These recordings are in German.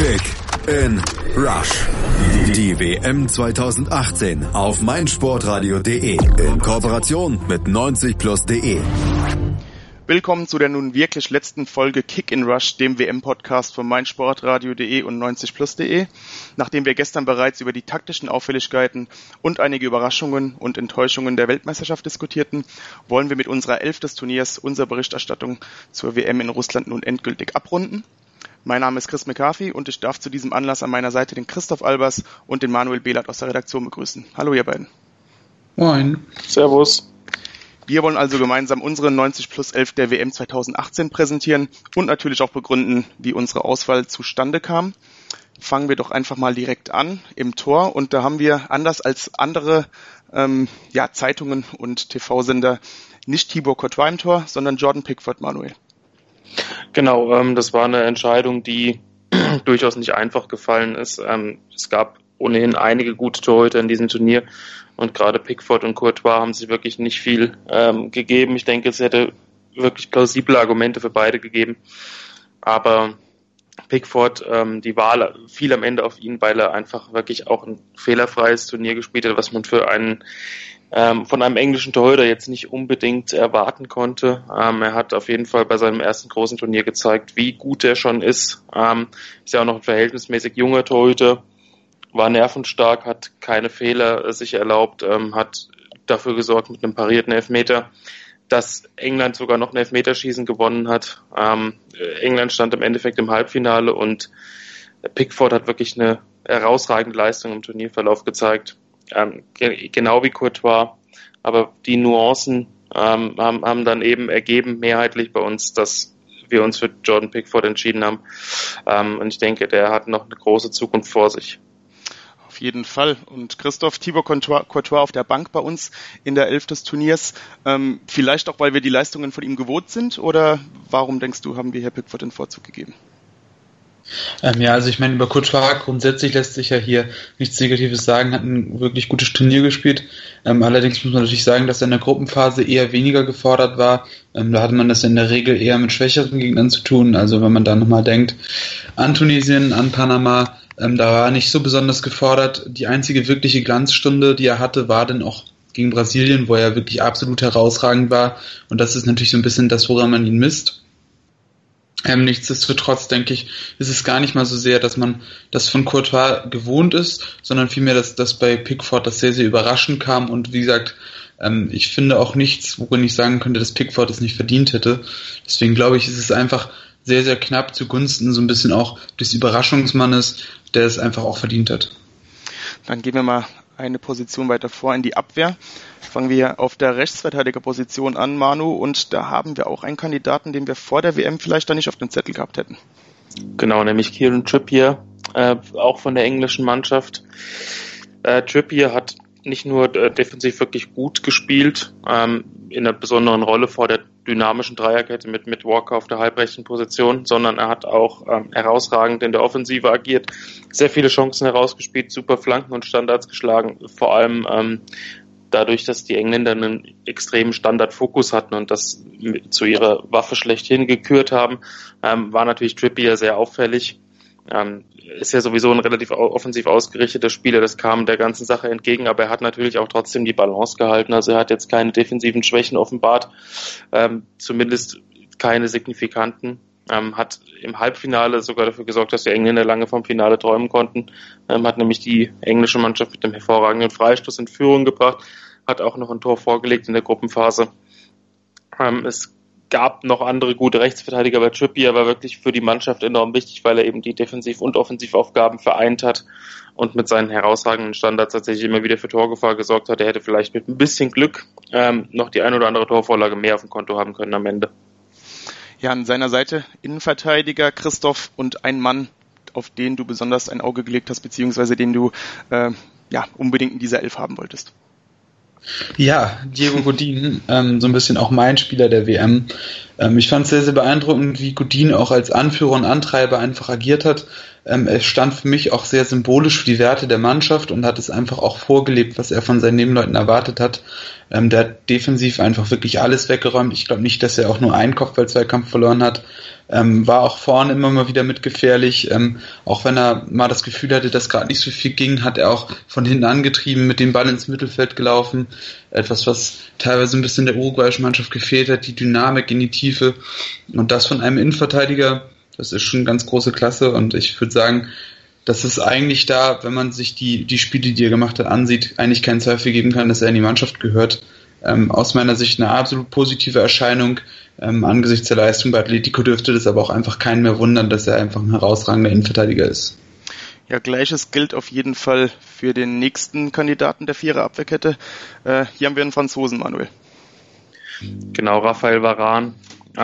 Kick in Rush. Die WM 2018 auf meinsportradio.de in Kooperation mit 90plus.de. Willkommen zu der nun wirklich letzten Folge Kick in Rush, dem WM-Podcast von meinsportradio.de und 90plus.de. Nachdem wir gestern bereits über die taktischen Auffälligkeiten und einige Überraschungen und Enttäuschungen der Weltmeisterschaft diskutierten, wollen wir mit unserer 11 des Turniers unsere Berichterstattung zur WM in Russland nun endgültig abrunden. Mein Name ist Chris McCarthy und ich darf zu diesem Anlass an meiner Seite den Christoph Albers und den Manuel Behlert aus der Redaktion begrüßen. Hallo ihr beiden. Moin. Servus. Wir wollen also gemeinsam unsere 90 plus 11 der WM 2018 präsentieren und natürlich auch begründen, wie unsere Auswahl zustande kam. Fangen wir doch einfach mal direkt an im Tor und da haben wir anders als andere Zeitungen und TV-Sender nicht Thibaut Courtois im Tor, sondern Jordan Pickford, Manuel. Genau, das war eine Entscheidung, die durchaus nicht einfach gefallen ist. Es gab ohnehin einige gute Torhüter in diesem Turnier und gerade Pickford und Courtois haben sich wirklich nicht viel gegeben. Ich denke, es hätte wirklich plausible Argumente für beide gegeben, aber Pickford, die Wahl fiel am Ende auf ihn, weil er einfach wirklich auch ein fehlerfreies Turnier gespielt hat, was man für einen von einem englischen Torhüter jetzt nicht unbedingt erwarten konnte. Er hat auf jeden Fall bei seinem ersten großen Turnier gezeigt, wie gut er schon ist. Ist ja auch noch ein verhältnismäßig junger Torhüter, war nervenstark, hat keine Fehler sich erlaubt, hat dafür gesorgt mit einem parierten Elfmeter, dass England sogar noch ein Elfmeterschießen gewonnen hat. England stand im Endeffekt im Halbfinale und Pickford hat wirklich eine herausragende Leistung im Turnierverlauf gezeigt. Genau wie Courtois, aber die Nuancen haben dann eben ergeben, mehrheitlich bei uns, dass wir uns für Jordan Pickford entschieden haben. Und ich denke, der hat noch eine große Zukunft vor sich. Auf jeden Fall. Und Christoph, Thibaut Courtois auf der Bank bei uns in der 11 des Turniers. Vielleicht auch, weil wir die Leistungen von ihm gewohnt sind, oder warum denkst du, haben wir hier Pickford den Vorzug gegeben? Also ich meine, über Courtois grundsätzlich lässt sich ja hier nichts Negatives sagen, hat ein wirklich gutes Turnier gespielt. Allerdings muss man natürlich sagen, dass er in der Gruppenphase eher weniger gefordert war. Da hatte man das in der Regel eher mit schwächeren Gegnern zu tun. Also wenn man da nochmal denkt an Tunesien, an Panama, da war er nicht so besonders gefordert. Die einzige wirkliche Glanzstunde, die er hatte, war dann auch gegen Brasilien, wo er wirklich absolut herausragend war. Und das ist natürlich so ein bisschen das, woran man ihn misst. Nichtsdestotrotz denke ich, ist es gar nicht mal so sehr, dass man das von Courtois gewohnt ist, sondern vielmehr, dass bei Pickford das sehr, sehr überraschend kam und wie gesagt, ich finde auch nichts, worin ich sagen könnte, dass Pickford es nicht verdient hätte. Deswegen glaube ich, ist es einfach sehr, sehr knapp zugunsten so ein bisschen auch des Überraschungsmannes, der es einfach auch verdient hat. Dann gehen wir mal eine Position weiter vor in die Abwehr. Fangen wir auf der Rechtsverteidigerposition an, Manu, und da haben wir auch einen Kandidaten, den wir vor der WM vielleicht da nicht auf dem Zettel gehabt hätten. Genau, nämlich Kieran Trippier, auch von der englischen Mannschaft. Trippier hat nicht nur defensiv wirklich gut gespielt, in einer besonderen Rolle vor der dynamischen Dreierkette mit Walker auf der halbrechten Position, sondern er hat auch herausragend in der Offensive agiert, sehr viele Chancen herausgespielt, super Flanken und Standards geschlagen, vor allem dadurch, dass die Engländer einen extremen Standardfokus hatten und das zu ihrer Waffe schlechthin gekürt haben, war natürlich Trippier sehr auffällig. Ist ja sowieso ein relativ offensiv ausgerichteter Spieler, das kam der ganzen Sache entgegen, aber er hat natürlich auch trotzdem die Balance gehalten, also er hat jetzt keine defensiven Schwächen offenbart, zumindest keine signifikanten, hat im Halbfinale sogar dafür gesorgt, dass die Engländer lange vom Finale träumen konnten, hat nämlich die englische Mannschaft mit dem hervorragenden Freistoß in Führung gebracht, hat auch noch ein Tor vorgelegt in der Gruppenphase. Es gab noch andere gute Rechtsverteidiger, aber Trippier war wirklich für die Mannschaft enorm wichtig, weil er eben die Defensiv- und Offensivaufgaben vereint hat und mit seinen herausragenden Standards tatsächlich immer wieder für Torgefahr gesorgt hat. Er hätte vielleicht mit ein bisschen Glück noch die ein oder andere Torvorlage mehr auf dem Konto haben können am Ende. Ja, an seiner Seite Innenverteidiger Christoph und ein Mann, auf den du besonders ein Auge gelegt hast, beziehungsweise den du unbedingt in dieser 11 haben wolltest. Ja, Diego Godin, so ein bisschen auch mein Spieler der WM. Ich fand es sehr, sehr beeindruckend, wie Godin auch als Anführer und Antreiber einfach agiert hat. Er stand für mich auch sehr symbolisch für die Werte der Mannschaft und hat es einfach auch vorgelebt, was er von seinen Nebenleuten erwartet hat. Der hat defensiv einfach wirklich alles weggeräumt. Ich glaube nicht, dass er auch nur einen Kopfball-Zweikampf verloren hat. War auch vorne immer mal wieder mitgefährlich. Auch wenn er mal das Gefühl hatte, dass gerade nicht so viel ging, hat er auch von hinten angetrieben, mit dem Ball ins Mittelfeld gelaufen. Etwas, was teilweise ein bisschen der uruguayischen Mannschaft gefehlt hat, die Dynamik in die Tiefe. Und das von einem Innenverteidiger, das ist schon ganz große Klasse. Und ich würde sagen, dass es eigentlich da, wenn man sich die Spiele, die er gemacht hat, ansieht, eigentlich keinen Zweifel geben kann, dass er in die Mannschaft gehört. Aus meiner Sicht eine absolut positive Erscheinung. Angesichts der Leistung bei Atletico dürfte das aber auch einfach keinen mehr wundern, dass er einfach ein herausragender Innenverteidiger ist. Ja, Gleiches gilt auf jeden Fall für den nächsten Kandidaten der Vierer-Abwehrkette. Hier haben wir einen Franzosen, Manuel. Genau, Raphael Varane.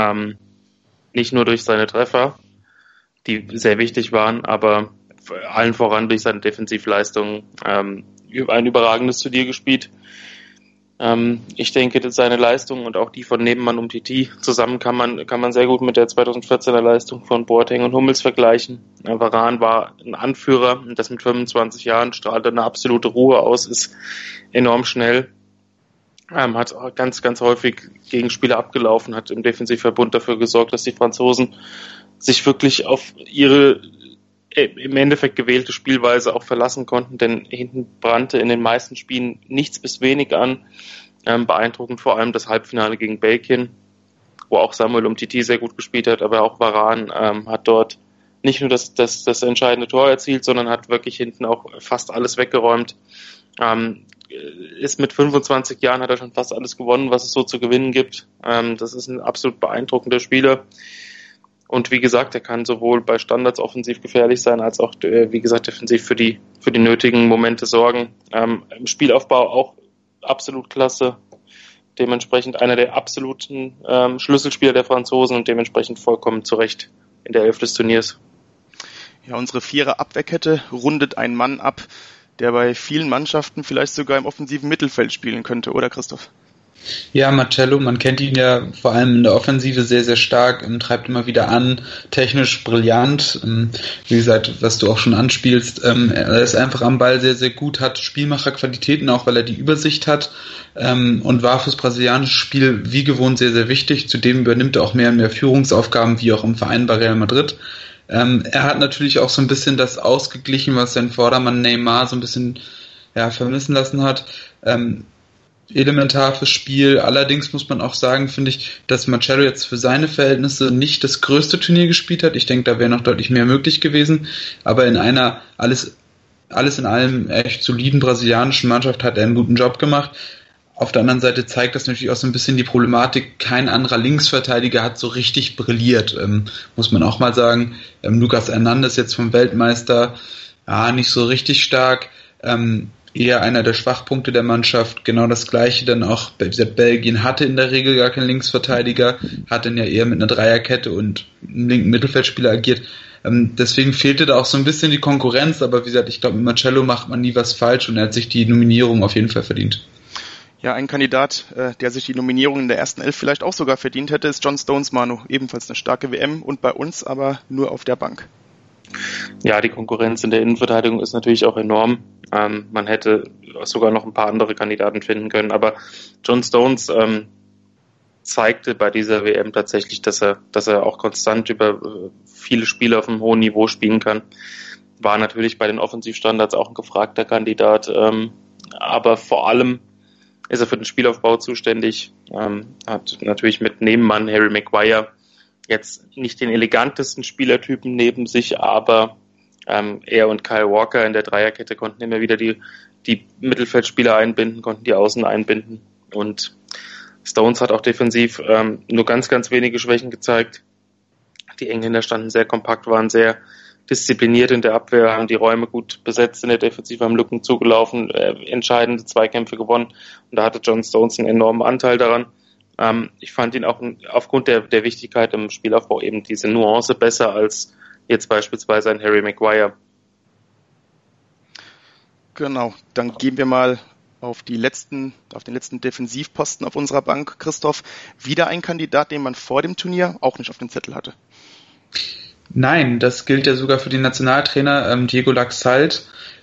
Nicht nur durch seine Treffer, die sehr wichtig waren, aber allen voran durch seine Defensivleistung ein überragendes Turnier gespielt. Ich denke, dass seine Leistung und auch die von Nebenmann Umtiti zusammen kann man sehr gut mit der 2014er Leistung von Boateng und Hummels vergleichen. Varane war ein Anführer und das mit 25 Jahren, strahlt eine absolute Ruhe aus, ist enorm schnell, hat ganz, ganz häufig Gegenspieler abgelaufen, hat im Defensivverbund dafür gesorgt, dass die Franzosen sich wirklich auf ihre im Endeffekt gewählte Spielweise auch verlassen konnten, denn hinten brannte in den meisten Spielen nichts bis wenig an. Beeindruckend vor allem das Halbfinale gegen Belgien, wo auch Samuel Umtiti sehr gut gespielt hat, aber auch Varane hat dort nicht nur das entscheidende Tor erzielt, sondern hat wirklich hinten auch fast alles weggeräumt. Ist mit 25 Jahren, hat er schon fast alles gewonnen, was es so zu gewinnen gibt. Das ist ein absolut beeindruckender Spieler. Und wie gesagt, er kann sowohl bei Standards offensiv gefährlich sein, als auch, wie gesagt, defensiv für die nötigen Momente sorgen. Im Spielaufbau auch absolut klasse. Dementsprechend einer der absoluten Schlüsselspieler der Franzosen und dementsprechend vollkommen zu Recht in der 11 des Turniers. Ja, unsere Vierer-Abwehrkette rundet einen Mann ab, der bei vielen Mannschaften vielleicht sogar im offensiven Mittelfeld spielen könnte, oder Christoph? Ja, Marcello, man kennt ihn ja vor allem in der Offensive sehr, sehr stark, treibt immer wieder an, technisch brillant, wie gesagt, was du auch schon anspielst, er ist einfach am Ball sehr, sehr gut, hat Spielmacherqualitäten, auch weil er die Übersicht hat, und war fürs brasilianische Spiel wie gewohnt sehr, sehr wichtig, zudem übernimmt er auch mehr und mehr Führungsaufgaben, wie auch im Verein bei Real Madrid. Er hat natürlich auch so ein bisschen das ausgeglichen, was sein Vordermann Neymar so ein bisschen vermissen lassen hat. Elementar fürs Spiel. Allerdings muss man auch sagen, finde ich, dass Marcello jetzt für seine Verhältnisse nicht das größte Turnier gespielt hat. Ich denke, da wäre noch deutlich mehr möglich gewesen. Aber in einer alles in allem echt soliden brasilianischen Mannschaft hat er einen guten Job gemacht. Auf der anderen Seite zeigt das natürlich auch so ein bisschen die Problematik, kein anderer Linksverteidiger hat so richtig brilliert, muss man auch mal sagen. Lucas Hernandez jetzt vom Weltmeister, nicht so richtig stark. Eher einer der Schwachpunkte der Mannschaft. Genau das Gleiche dann auch. Belgien hatte in der Regel gar keinen Linksverteidiger, hat dann ja eher mit einer Dreierkette und einem linken Mittelfeldspieler agiert. Deswegen fehlte da auch so ein bisschen die Konkurrenz, aber wie gesagt, ich glaube, mit Marcello macht man nie was falsch und er hat sich die Nominierung auf jeden Fall verdient. Ja, ein Kandidat, der sich die Nominierung in der ersten 11 vielleicht auch sogar verdient hätte, ist John Stones, Manu. Ebenfalls eine starke WM und bei uns aber nur auf der Bank. Ja, die Konkurrenz in der Innenverteidigung ist natürlich auch enorm. Man hätte sogar noch ein paar andere Kandidaten finden können, aber John Stones zeigte bei dieser WM tatsächlich, dass er auch konstant über viele Spiele auf einem hohen Niveau spielen kann. War natürlich bei den Offensivstandards auch ein gefragter Kandidat, aber vor allem ist er für den Spielaufbau zuständig, hat natürlich mit Nebenmann Harry Maguire jetzt nicht den elegantesten Spielertypen neben sich, aber er und Kyle Walker in der Dreierkette konnten immer wieder die Mittelfeldspieler einbinden, konnten die Außen einbinden und Stones hat auch defensiv nur ganz, ganz wenige Schwächen gezeigt. Die Engländer standen sehr kompakt, waren sehr diszipliniert in der Abwehr, haben die Räume gut besetzt in der Defensive, haben Lücken zugelaufen, entscheidende Zweikämpfe gewonnen und da hatte John Stones einen enormen Anteil daran. Ich fand ihn auch aufgrund der Wichtigkeit im Spielaufbau eben diese Nuance besser als jetzt beispielsweise ein Harry Maguire. Genau, dann gehen wir mal auf den letzten Defensivposten auf unserer Bank. Christoph, wieder ein Kandidat, den man vor dem Turnier auch nicht auf dem Zettel hatte. Nein, das gilt ja sogar für den Nationaltrainer Diego Laxalt.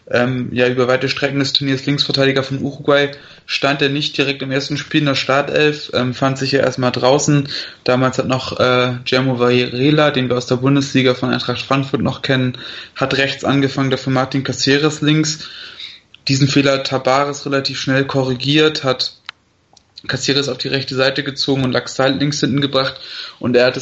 Über weite Strecken des Turniers Linksverteidiger von Uruguay stand er nicht direkt im ersten Spiel in der Startelf, fand sich ja erstmal draußen. Damals hat noch Guillermo Varela, den wir aus der Bundesliga von Eintracht Frankfurt noch kennen, hat rechts angefangen, dafür Martin Caceres links. Diesen Fehler hat Tabares relativ schnell korrigiert, hat Caceres auf die rechte Seite gezogen und Laxalt links hinten gebracht, und er hat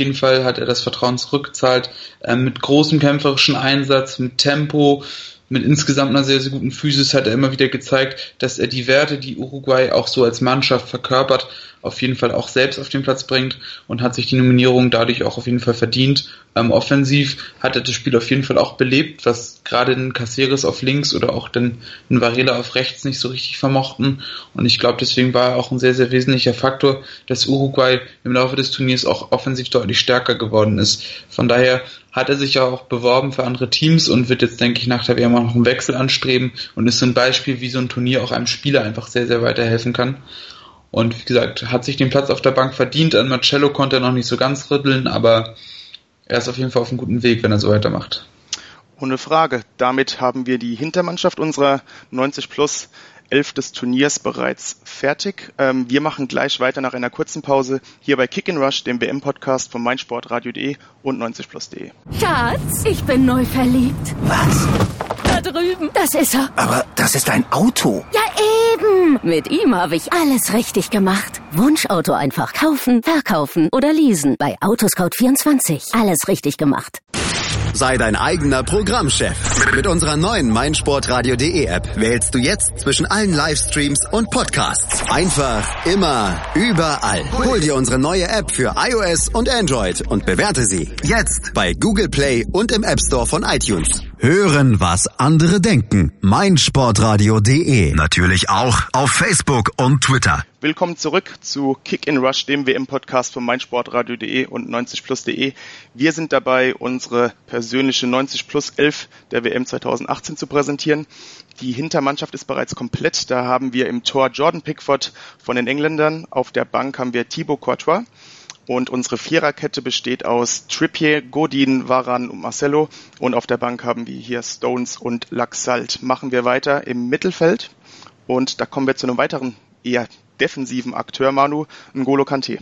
das Vertrauen zurückgezahlt, mit großem kämpferischen Einsatz, mit Tempo, mit insgesamt einer sehr, sehr guten Physis hat er immer wieder gezeigt, dass er die Werte, die Uruguay auch so als Mannschaft verkörpert, auf jeden Fall auch selbst auf den Platz bringt, und hat sich die Nominierung dadurch auch auf jeden Fall verdient. Offensiv hat er das Spiel auf jeden Fall auch belebt, was gerade ein Caceres auf links oder auch ein Varela auf rechts nicht so richtig vermochten, und ich glaube, deswegen war er auch ein sehr, sehr wesentlicher Faktor, dass Uruguay im Laufe des Turniers auch offensiv deutlich stärker geworden ist. Von daher hat er sich ja auch beworben für andere Teams und wird jetzt, denke ich, nach der WM auch noch einen Wechsel anstreben, und ist so ein Beispiel, wie so ein Turnier auch einem Spieler einfach sehr, sehr weiterhelfen kann. Und wie gesagt, hat sich den Platz auf der Bank verdient. An Marcello konnte er noch nicht so ganz rütteln, aber er ist auf jeden Fall auf einem guten Weg, wenn er so weitermacht. Ohne Frage. Damit haben wir die Hintermannschaft unserer 90 plus 11 des Turniers bereits fertig. Wir machen gleich weiter nach einer kurzen Pause hier bei Kick in Rush, dem WM-Podcast von meinsportradio.de und 90plus.de. Schatz, ich bin neu verliebt. Was? Da drüben. Das ist er. Aber das ist ein Auto. Ja, eben. Mit ihm habe ich alles richtig gemacht. Wunschauto einfach kaufen, verkaufen oder leasen. Bei Autoscout24. Alles richtig gemacht. Sei dein eigener Programmchef. Mit unserer neuen meinsportradio.de App wählst du jetzt zwischen allen Livestreams und Podcasts. Einfach, immer, überall. Hol dir unsere neue App für iOS und Android und bewerte sie jetzt bei Google Play und im App Store von iTunes. Hören, was andere denken. meinsportradio.de. Natürlich auch auf Facebook und Twitter. Willkommen zurück zu Kick in Rush, dem WM-Podcast von meinsportradio.de und 90plus.de. Wir sind dabei, unsere persönliche 90 plus 11 der WM 2018 zu präsentieren. Die Hintermannschaft ist bereits komplett. Da haben wir im Tor Jordan Pickford von den Engländern. Auf der Bank haben wir Thibaut Courtois. Und unsere Viererkette besteht aus Trippier, Godin, Varane und Marcelo. Und auf der Bank haben wir hier Stones und Laxalt. Machen wir weiter im Mittelfeld. Und da kommen wir zu einem weiteren, eher defensiven Akteur, Manu, N'Golo Kanté.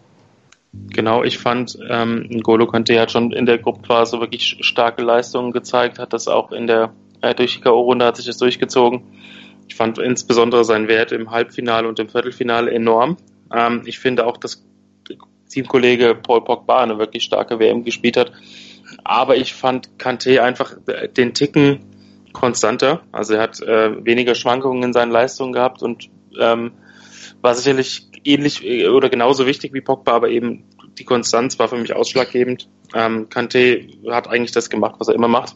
Genau, ich fand, N'Golo Kanté hat schon in der Gruppenphase wirklich starke Leistungen gezeigt, hat das auch in der durch die K.O.-Runde hat sich das durchgezogen. Ich fand insbesondere seinen Wert im Halbfinale und im Viertelfinale enorm. Ich finde auch, dass Teamkollege Paul Pogba eine wirklich starke WM gespielt hat. Aber ich fand Kanté einfach den Ticken konstanter. Also er hat weniger Schwankungen in seinen Leistungen gehabt und war sicherlich ähnlich oder genauso wichtig wie Pogba, aber eben die Konstanz war für mich ausschlaggebend. Kanté hat eigentlich das gemacht, was er immer macht.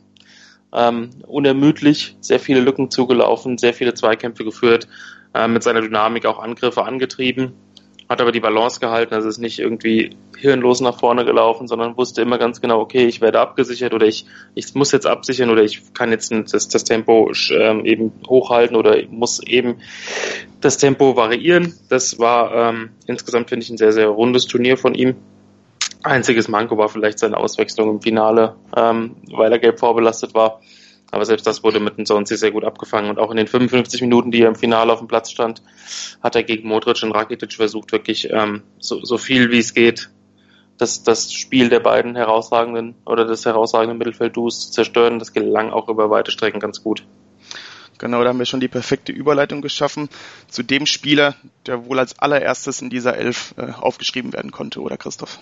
Unermüdlich, sehr viele Lücken zugelaufen, sehr viele Zweikämpfe geführt, mit seiner Dynamik auch Angriffe angetrieben, hat aber die Balance gehalten, also ist nicht irgendwie hirnlos nach vorne gelaufen, sondern wusste immer ganz genau, okay, ich werde abgesichert oder ich muss jetzt absichern oder ich kann jetzt das Tempo eben hochhalten oder muss eben das Tempo variieren. Das war insgesamt, finde ich, ein sehr, sehr rundes Turnier von ihm. Einziges Manko war vielleicht seine Auswechslung im Finale, weil er gelb vorbelastet war. Aber selbst das wurde mit dem Sonsi sehr gut abgefangen. Und auch in den 55 Minuten, die er im Finale auf dem Platz stand, hat er gegen Modric und Rakitic versucht, wirklich so viel wie es geht, das Spiel der beiden herausragenden oder des herausragenden Mittelfeldduos zu zerstören. Das gelang auch über weite Strecken ganz gut. Genau, da haben wir schon die perfekte Überleitung geschaffen zu dem Spieler, der wohl als allererstes in dieser Elf aufgeschrieben werden konnte, oder Christoph?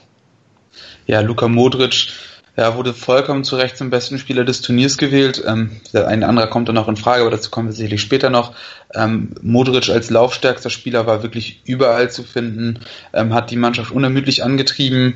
Ja, Luka Modric wurde vollkommen zu Recht zum besten Spieler des Turniers gewählt. Ein anderer kommt dann noch in Frage, aber dazu kommen wir sicherlich später noch. Modric als laufstärkster Spieler war wirklich überall zu finden, hat die Mannschaft unermüdlich angetrieben,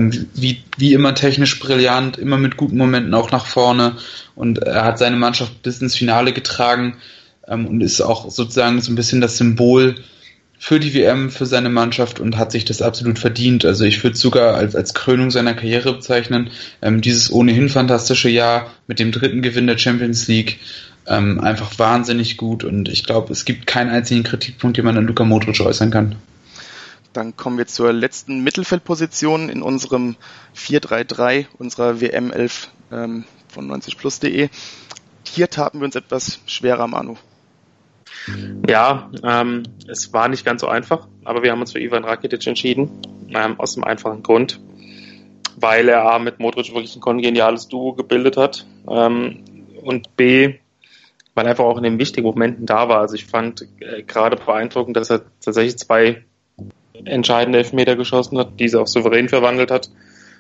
wie immer technisch brillant, immer mit guten Momenten auch nach vorne, und er hat seine Mannschaft bis ins Finale getragen und ist auch sozusagen so ein bisschen das Symbol für die WM, für seine Mannschaft, und hat sich das absolut verdient. Also ich würde es sogar als Krönung seiner Karriere bezeichnen. Dieses ohnehin fantastische Jahr mit dem 3. Gewinn der Champions League, einfach wahnsinnig gut, und ich glaube, es gibt keinen einzigen Kritikpunkt, den man an Luka Modric äußern kann. Dann kommen wir zur letzten Mittelfeldposition in unserem 4-3-3, unserer WM 11 von 90plus.de. Hier taten wir uns etwas schwerer, Manu. Ja, es war nicht ganz so einfach, aber wir haben uns für Ivan Rakitic entschieden, aus dem einfachen Grund, weil er A, mit Modric wirklich ein kongeniales Duo gebildet hat und B, weil er einfach auch in den wichtigen Momenten da war. Also ich fand gerade beeindruckend, dass er tatsächlich 2 entscheidende Elfmeter geschossen hat, diese auch souverän verwandelt hat.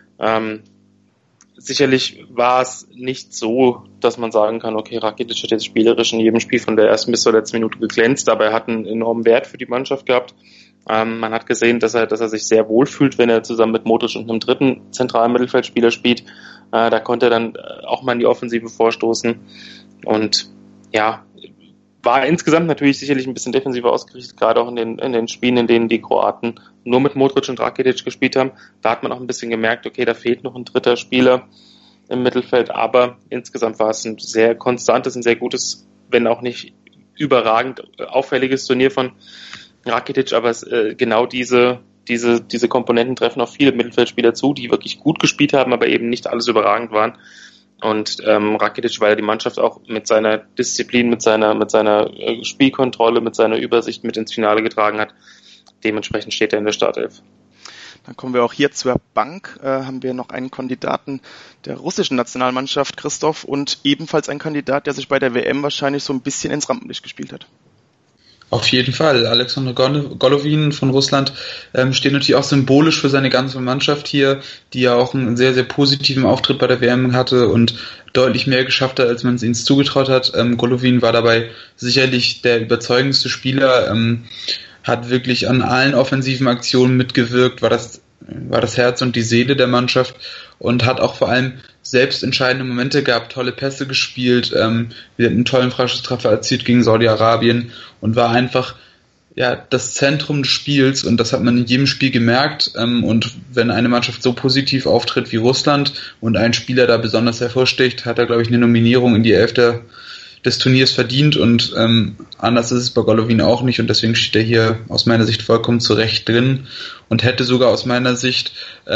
Sicherlich war es nicht so, dass man sagen kann, okay, Rakitic hat jetzt spielerisch in jedem Spiel von der ersten bis zur letzten Minute geglänzt, aber er hat einen enormen Wert für die Mannschaft gehabt. Man hat gesehen, dass er sich sehr wohl fühlt, wenn er zusammen mit Modric und einem dritten zentralen Mittelfeldspieler spielt. Da konnte er dann auch mal in die Offensive vorstoßen und ja, war insgesamt natürlich sicherlich ein bisschen defensiver ausgerichtet, gerade auch in den Spielen, in denen die Kroaten nur mit Modric und Rakitic gespielt haben. Da hat man auch ein bisschen gemerkt, okay, da fehlt noch ein dritter Spieler im Mittelfeld, aber insgesamt war es ein sehr konstantes, ein sehr gutes, wenn auch nicht überragend auffälliges Turnier von Rakitic, aber genau diese Komponenten treffen auch viele Mittelfeldspieler zu, die wirklich gut gespielt haben, aber eben nicht alles überragend waren. Und Rakitic, weil er die Mannschaft auch mit seiner Disziplin, mit seiner Spielkontrolle, mit seiner Übersicht mit ins Finale getragen hat. Dementsprechend steht er in der Startelf. Dann kommen wir auch hier zur Bank. Haben wir noch einen Kandidaten der russischen Nationalmannschaft, Christoph, und ebenfalls ein Kandidat, der sich bei der WM wahrscheinlich so ein bisschen ins Rampenlicht gespielt hat. Auf jeden Fall. Alexander Golovin von Russland steht natürlich auch symbolisch für seine ganze Mannschaft hier, die ja auch einen sehr, sehr positiven Auftritt bei der WM hatte und deutlich mehr geschafft hat, als man es ihnen zugetraut hat. Golovin war dabei sicherlich der überzeugendste Spieler, hat wirklich an allen offensiven Aktionen mitgewirkt, war das Herz und die Seele der Mannschaft und hat auch vor allem selbst entscheidende Momente gehabt, tolle Pässe gespielt, wir hatten einen tollen Freistoßtreffer erzielt gegen Saudi-Arabien und war einfach das Zentrum des Spiels und das hat man in jedem Spiel gemerkt und wenn eine Mannschaft so positiv auftritt wie Russland und ein Spieler da besonders hervorsticht, hat er, glaube ich, eine Nominierung in die 11. des Turniers verdient und anders ist es bei Golovin auch nicht und deswegen steht er hier aus meiner Sicht vollkommen zu Recht drin und hätte sogar aus meiner Sicht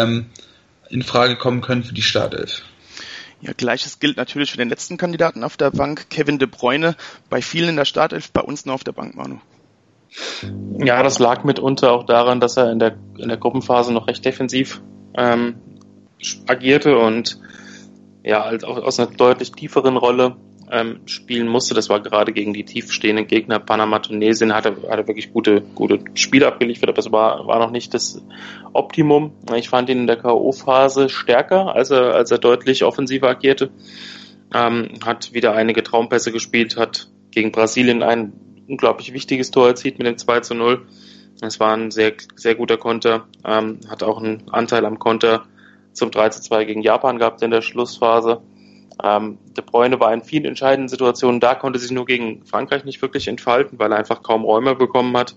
in Frage kommen können für die Startelf. Ja, Gleiches gilt natürlich für den letzten Kandidaten auf der Bank, Kevin De Bruyne. Bei vielen in der Startelf, bei uns nur auf der Bank, Manu. Ja, das lag mitunter auch daran, dass er in der Gruppenphase noch recht defensiv agierte und ja, halt auch aus einer deutlich tieferen Rolle spielen musste. Das war gerade gegen die tiefstehenden Gegner Panama, Tunesien, hat er wirklich gute Spiele abgeliefert, aber es war noch nicht das Optimum. Ich fand ihn in der K.O.-Phase stärker, als er deutlich offensiver agierte. Hat wieder einige Traumpässe gespielt, hat gegen Brasilien ein unglaublich wichtiges Tor erzielt mit dem 2:0. Es war ein sehr, sehr guter Konter, hat auch einen Anteil am Konter zum 3:2 gegen Japan gehabt in der Schlussphase. De Bruyne war in vielen entscheidenden Situationen da, konnte sich nur gegen Frankreich nicht wirklich entfalten, weil er einfach kaum Räume bekommen hat.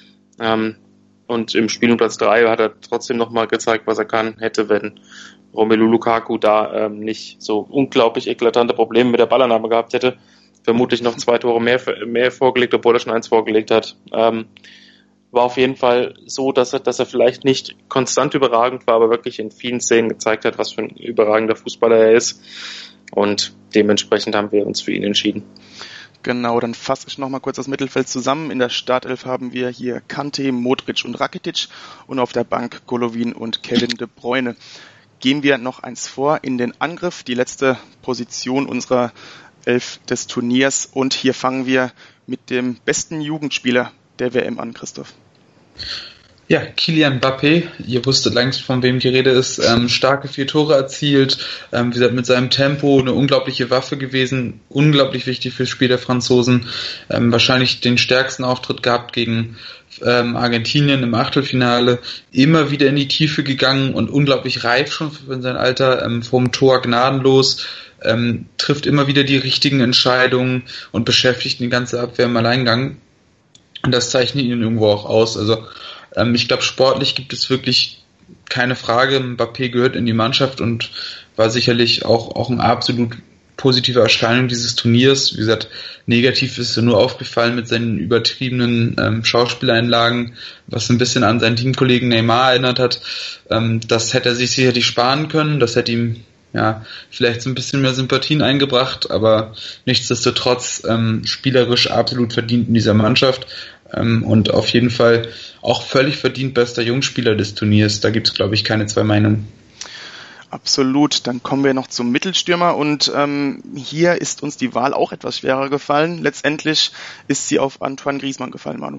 Und im Spiel um Platz 3 hat er trotzdem nochmal gezeigt, was er kann, hätte, wenn Romelu Lukaku da nicht so unglaublich eklatante Probleme mit der Ballannahme gehabt hätte. Vermutlich noch 2 Tore mehr vorgelegt, obwohl er schon 1 vorgelegt hat. War auf jeden Fall so, dass er vielleicht nicht konstant überragend war, aber wirklich in vielen Szenen gezeigt hat, was für ein überragender Fußballer er ist. Und dementsprechend haben wir uns für ihn entschieden. Genau, dann fasse ich nochmal kurz das Mittelfeld zusammen. In der Startelf haben wir hier Kante, Modric und Rakitic und auf der Bank Golovin und Kevin De Bruyne. Gehen wir noch eins vor in den Angriff, die letzte Position unserer 11 des Turniers. Und hier fangen wir mit dem besten Jugendspieler der WM an, Christoph. Ja, Kylian Mbappé, ihr wusstet längst, von wem die Rede ist, starke 4 Tore erzielt, wie gesagt, mit seinem Tempo eine unglaubliche Waffe gewesen, unglaublich wichtig fürs Spiel der Franzosen, wahrscheinlich den stärksten Auftritt gehabt gegen Argentinien im Achtelfinale, immer wieder in die Tiefe gegangen und unglaublich reif schon für sein Alter, vorm Tor gnadenlos, trifft immer wieder die richtigen Entscheidungen und beschäftigt die ganze Abwehr im Alleingang. Und das zeichnet ihn irgendwo auch aus. Also ich glaube, sportlich gibt es wirklich keine Frage. Mbappé gehört in die Mannschaft und war sicherlich auch ein absolut positive Erscheinung dieses Turniers. Wie gesagt, negativ ist er nur aufgefallen mit seinen übertriebenen Schauspieleinlagen, was ein bisschen an seinen Teamkollegen Neymar erinnert hat. Das hätte er sich sicherlich sparen können, das hätte ihm vielleicht so ein bisschen mehr Sympathien eingebracht, aber nichtsdestotrotz spielerisch absolut verdient in dieser Mannschaft und auf jeden Fall auch völlig verdient bester Jungspieler des Turniers. Da gibt es, glaube ich, keine zwei Meinungen. Absolut. Dann kommen wir noch zum Mittelstürmer und hier ist uns die Wahl auch etwas schwerer gefallen. Letztendlich ist sie auf Antoine Griezmann gefallen, Manu.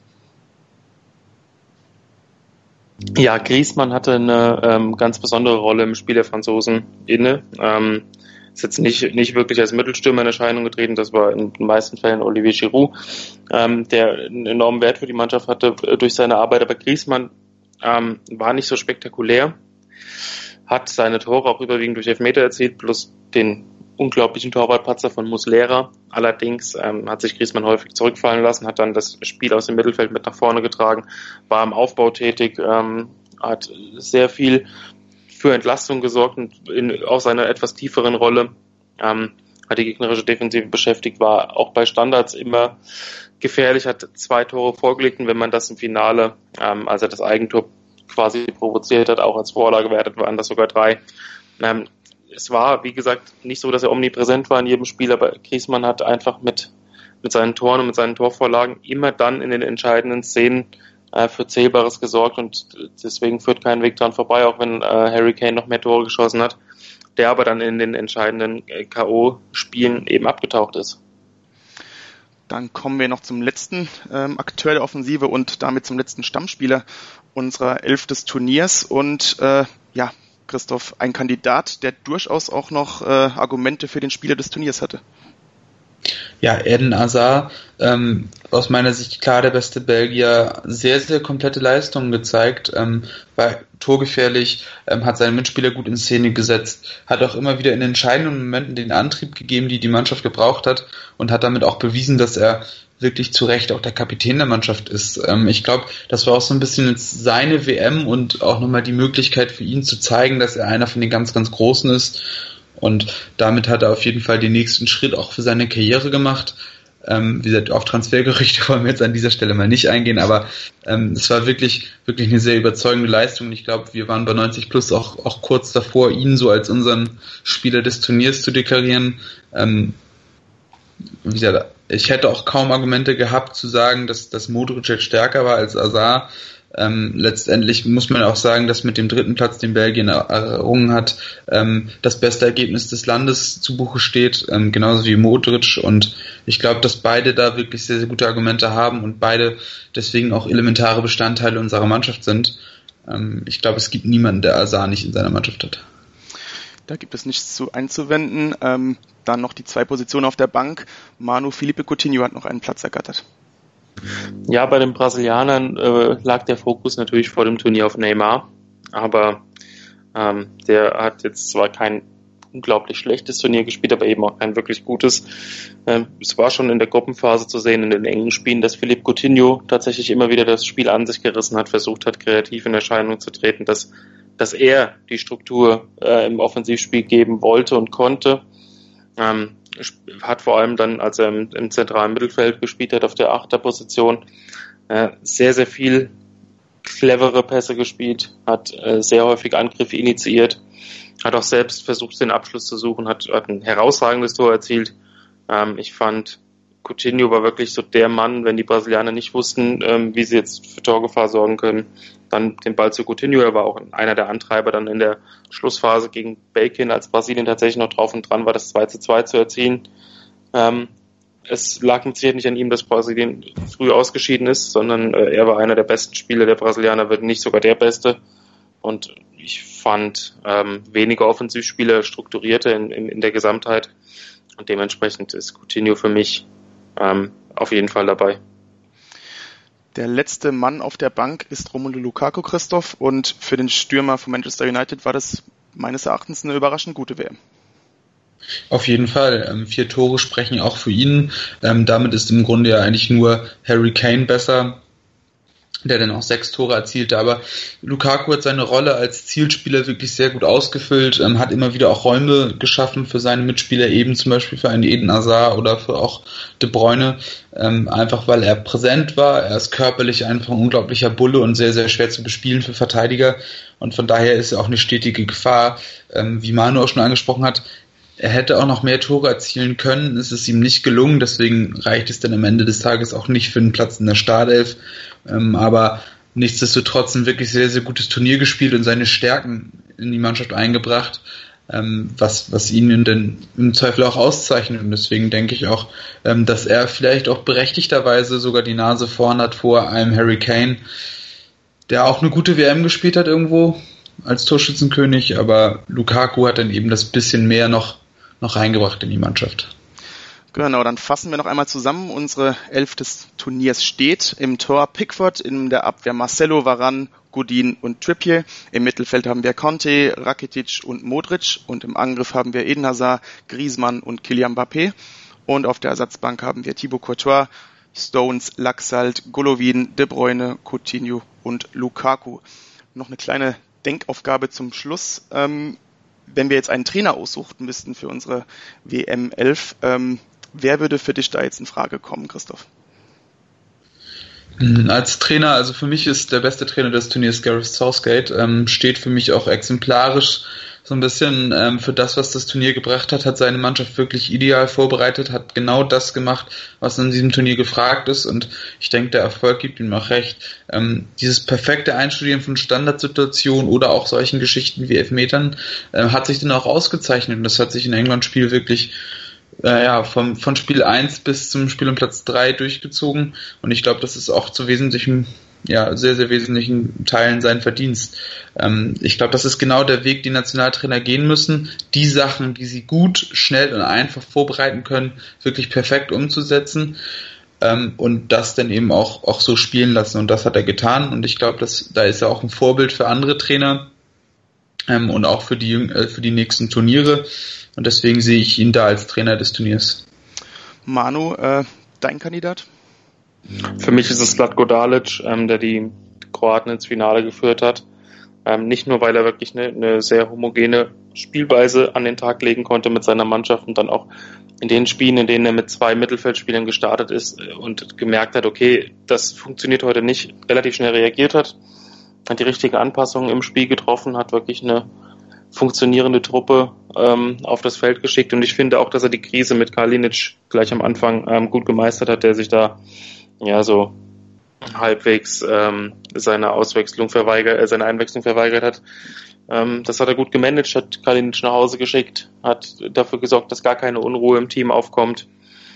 Ja, Griezmann hatte eine ganz besondere Rolle im Spiel der Franzosen inne. Ist jetzt nicht wirklich als Mittelstürmer in Erscheinung getreten, das war in den meisten Fällen Olivier Giroud, der einen enormen Wert für die Mannschaft hatte durch seine Arbeit, aber Griezmann war nicht so spektakulär, hat seine Tore auch überwiegend durch Elfmeter erzielt, plus den unglaublichen Torwartpatzer von Muslera. Allerdings hat sich Griezmann häufig zurückfallen lassen, hat dann das Spiel aus dem Mittelfeld mit nach vorne getragen, war im Aufbau tätig, hat sehr viel für Entlastung gesorgt und auch seiner etwas tieferen Rolle hat die gegnerische Defensive beschäftigt, war auch bei Standards immer gefährlich, hat 2 Tore vorgelegt und wenn man das im Finale, als er das Eigentor quasi provoziert hat, auch als Vorlage wertet, waren das sogar 3. Es war, wie gesagt, nicht so, dass er omnipräsent war in jedem Spiel, aber Griezmann hat einfach mit seinen Toren und mit seinen Torvorlagen immer dann in den entscheidenden Szenen für Zählbares gesorgt und deswegen führt kein Weg dran vorbei, auch wenn Harry Kane noch mehr Tore geschossen hat, der aber dann in den entscheidenden K.O.-Spielen eben abgetaucht ist. Dann kommen wir noch zum letzten Akteur der Offensive und damit zum letzten Stammspieler unserer 11 des Turniers und Christoph, ein Kandidat, der durchaus auch noch Argumente für den Spieler des Turniers hatte. Ja, Eden Hazard, aus meiner Sicht klar der beste Belgier, sehr, sehr komplette Leistungen gezeigt, war torgefährlich, hat seine Mitspieler gut in Szene gesetzt, hat auch immer wieder in entscheidenden Momenten den Antrieb gegeben, die Mannschaft gebraucht hat und hat damit auch bewiesen, dass er wirklich zu Recht auch der Kapitän der Mannschaft ist. Ich glaube, das war auch so ein bisschen jetzt seine WM und auch nochmal die Möglichkeit für ihn zu zeigen, dass er einer von den ganz, ganz Großen ist. Und damit hat er auf jeden Fall den nächsten Schritt auch für seine Karriere gemacht. Wie gesagt, auf Transfergerüchte wollen wir jetzt an dieser Stelle mal nicht eingehen, aber es war wirklich, wirklich eine sehr überzeugende Leistung. Und ich glaube, wir waren bei 90 Plus auch kurz davor, ihn so als unseren Spieler des Turniers zu deklarieren. Wie gesagt, ich hätte auch kaum Argumente gehabt zu sagen, dass Modric jetzt stärker war als Hazard. Letztendlich muss man auch sagen, dass mit dem 3. Platz, den Belgien errungen hat, das beste Ergebnis des Landes zu Buche steht, genauso wie Modric. Und ich glaube, dass beide da wirklich sehr, sehr gute Argumente haben und beide deswegen auch elementare Bestandteile unserer Mannschaft sind. Ich glaube, es gibt niemanden, der Hazard nicht in seiner Mannschaft hat. Da gibt es nichts zu einzuwenden. Dann noch die 2 Positionen auf der Bank. Manu Felipe Coutinho hat noch einen Platz ergattert. Ja, bei den Brasilianern lag der Fokus natürlich vor dem Turnier auf Neymar, aber der hat jetzt zwar kein unglaublich schlechtes Turnier gespielt, aber eben auch kein wirklich gutes. Es war schon in der Gruppenphase zu sehen, in den engen Spielen, dass Philippe Coutinho tatsächlich immer wieder das Spiel an sich gerissen hat, versucht hat, kreativ in Erscheinung zu treten, dass er die Struktur im Offensivspiel geben wollte und konnte. Hat vor allem dann, als er im zentralen Mittelfeld gespielt hat, auf der 8er Position, sehr, sehr viel clevere Pässe gespielt, hat sehr häufig Angriffe initiiert, hat auch selbst versucht, den Abschluss zu suchen, hat ein herausragendes Tor erzielt. Ich fand, Coutinho war wirklich so der Mann, wenn die Brasilianer nicht wussten, wie sie jetzt für Torgefahr sorgen können, dann den Ball zu Coutinho. Er war auch einer der Antreiber dann in der Schlussphase gegen Belgien, als Brasilien tatsächlich noch drauf und dran war, das 2:2 zu erzielen. Es lag mit Sicherheit nicht an ihm, dass Brasilien früh ausgeschieden ist, sondern er war einer der besten Spieler der Brasilianer, wenn nicht sogar der Beste. Und ich fand weniger Offensivspieler strukturierter in der Gesamtheit. Und dementsprechend ist Coutinho für mich auf jeden Fall dabei. Der letzte Mann auf der Bank ist Romelu Lukaku, Christoph, und für den Stürmer von Manchester United war das meines Erachtens eine überraschend gute WM. Auf jeden Fall. 4 Tore sprechen auch für ihn. Damit ist im Grunde ja eigentlich nur Harry Kane besser. der dann auch 6 Tore erzielte. Aber Lukaku hat seine Rolle als Zielspieler wirklich sehr gut ausgefüllt, hat immer wieder auch Räume geschaffen für seine Mitspieler, eben zum Beispiel für einen Eden Hazard oder für auch De Bruyne, einfach weil er präsent war. Er ist körperlich einfach ein unglaublicher Bulle und sehr, sehr schwer zu bespielen für Verteidiger, und von daher ist er auch eine stetige Gefahr. Wie Manu auch schon angesprochen hat, er hätte auch noch mehr Tore erzielen können, es ist ihm nicht gelungen, deswegen reicht es dann am Ende des Tages auch nicht für einen Platz in der Startelf, aber nichtsdestotrotz ein wirklich sehr, sehr gutes Turnier gespielt und seine Stärken in die Mannschaft eingebracht, was ihn dann im Zweifel auch auszeichnet, und deswegen denke ich auch, dass er vielleicht auch berechtigterweise sogar die Nase vorn hat vor einem Harry Kane, der auch eine gute WM gespielt hat irgendwo als Torschützenkönig, aber Lukaku hat dann eben das bisschen mehr noch reingebracht in die Mannschaft. Genau, dann fassen wir noch einmal zusammen. Unsere 11 des Turniers steht: im Tor Pickford, in der Abwehr Marcelo, Varane, Godin und Trippier. Im Mittelfeld haben wir Conte, Rakitic und Modric, und im Angriff haben wir Eden Hazard, Griezmann und Kylian Mbappé. Und auf der Ersatzbank haben wir Thibaut Courtois, Stones, Laxalt, Golovin, De Bruyne, Coutinho und Lukaku. Noch eine kleine Denkaufgabe zum Schluss. Wenn wir jetzt einen Trainer aussuchen müssten für unsere WM 11, wer würde für dich da jetzt in Frage kommen, Christoph? Als Trainer, also für mich ist der beste Trainer des Turniers Gareth Southgate, steht für mich auch exemplarisch so ein bisschen für das, was das Turnier gebracht hat seine Mannschaft wirklich ideal vorbereitet, hat genau das gemacht, was in diesem Turnier gefragt ist, und ich denke, der Erfolg gibt ihm auch recht. Dieses perfekte Einstudieren von Standardsituationen oder auch solchen Geschichten wie Elfmetern hat sich dann auch ausgezeichnet, und das hat sich in England-Spiel wirklich von Spiel 1 bis zum Spiel um Platz 3 durchgezogen, und ich glaube, das ist auch zu wesentlichen, sehr, sehr wesentlichen Teilen sein Verdienst. Ich glaube, das ist genau der Weg, den Nationaltrainer gehen müssen, die Sachen, die sie gut, schnell und einfach vorbereiten können, wirklich perfekt umzusetzen, und das dann eben auch so spielen lassen, und das hat er getan, und ich glaube, da ist er auch ein Vorbild für andere Trainer und auch für die nächsten Turniere, und deswegen sehe ich ihn da als Trainer des Turniers. Manu, dein Kandidat? Für mich ist es Zlatko Dalic, der die Kroaten ins Finale geführt hat. Nicht nur, weil er wirklich eine sehr homogene Spielweise an den Tag legen konnte mit seiner Mannschaft und dann auch in den Spielen, in denen er mit 2 Mittelfeldspielern gestartet ist und gemerkt hat, okay, das funktioniert heute nicht, relativ schnell reagiert hat die richtigen Anpassungen im Spiel getroffen, hat wirklich eine funktionierende Truppe auf das Feld geschickt, und ich finde auch, dass er die Krise mit Kalinic gleich am Anfang gut gemeistert hat, der sich da so halbwegs seine Einwechslung verweigert hat. Das hat er gut gemanagt, hat Kalinic nach Hause geschickt, hat dafür gesorgt, dass gar keine Unruhe im Team aufkommt.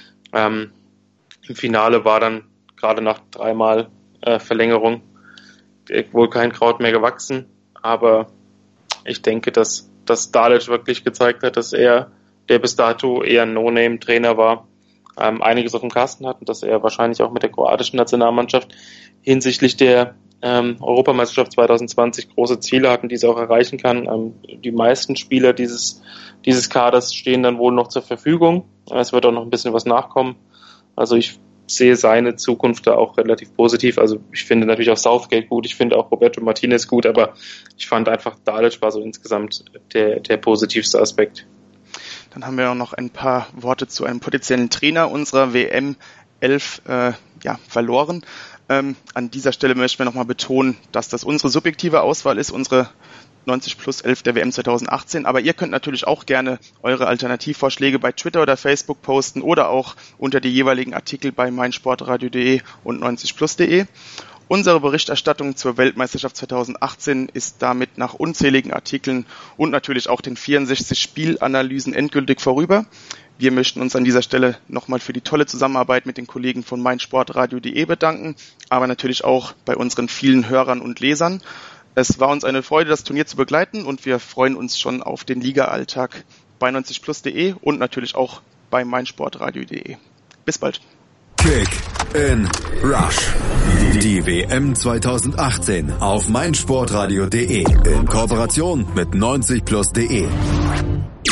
Im Finale war dann gerade nach 3-mal Verlängerung wohl kein Kraut mehr gewachsen, aber ich denke, dass Dalic wirklich gezeigt hat, dass er, der bis dato eher ein No-Name-Trainer war, einiges auf dem Kasten hat, und dass er wahrscheinlich auch mit der kroatischen Nationalmannschaft hinsichtlich der Europameisterschaft 2020 große Ziele hatten, die sie auch erreichen kann. Die meisten Spieler dieses Kaders stehen dann wohl noch zur Verfügung. Es wird auch noch ein bisschen was nachkommen. Also ich sehe seine Zukunft da auch relativ positiv. Also ich finde natürlich auch Southgate gut, ich finde auch Roberto Martinez gut, aber ich fand einfach, Dalic war so insgesamt der positivste Aspekt. Dann haben wir auch noch ein paar Worte zu einem potenziellen Trainer unserer WM 11 verloren. An dieser Stelle möchten wir nochmal betonen, dass das unsere subjektive Auswahl ist, unsere 90+11 der WM 2018, aber ihr könnt natürlich auch gerne eure Alternativvorschläge bei Twitter oder Facebook posten oder auch unter die jeweiligen Artikel bei meinsportradio.de und 90plus.de. Unsere Berichterstattung zur Weltmeisterschaft 2018 ist damit nach unzähligen Artikeln und natürlich auch den 64 Spielanalysen endgültig vorüber. Wir möchten uns an dieser Stelle nochmal für die tolle Zusammenarbeit mit den Kollegen von meinsportradio.de bedanken, aber natürlich auch bei unseren vielen Hörern und Lesern. Es war uns eine Freude, das Turnier zu begleiten, und wir freuen uns schon auf den Liga-Alltag bei 90plus.de und natürlich auch bei meinsportradio.de. Bis bald. Kick in Rush. Die WM 2018 auf meinsportradio.de in Kooperation mit 90plus.de.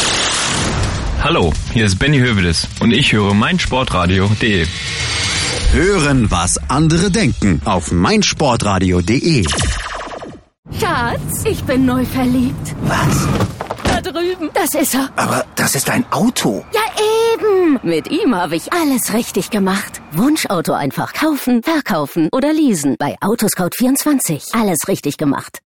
Hallo, hier ist Benny Hövedes und ich höre meinsportradio.de. Hören, was andere denken. Auf meinsportradio.de. Schatz, ich bin neu verliebt. Was? Da drüben. Das ist er. Aber das ist ein Auto. Ja, eben. Mit ihm habe ich alles richtig gemacht. Wunschauto einfach kaufen, verkaufen oder leasen. Bei Autoscout24. Alles richtig gemacht.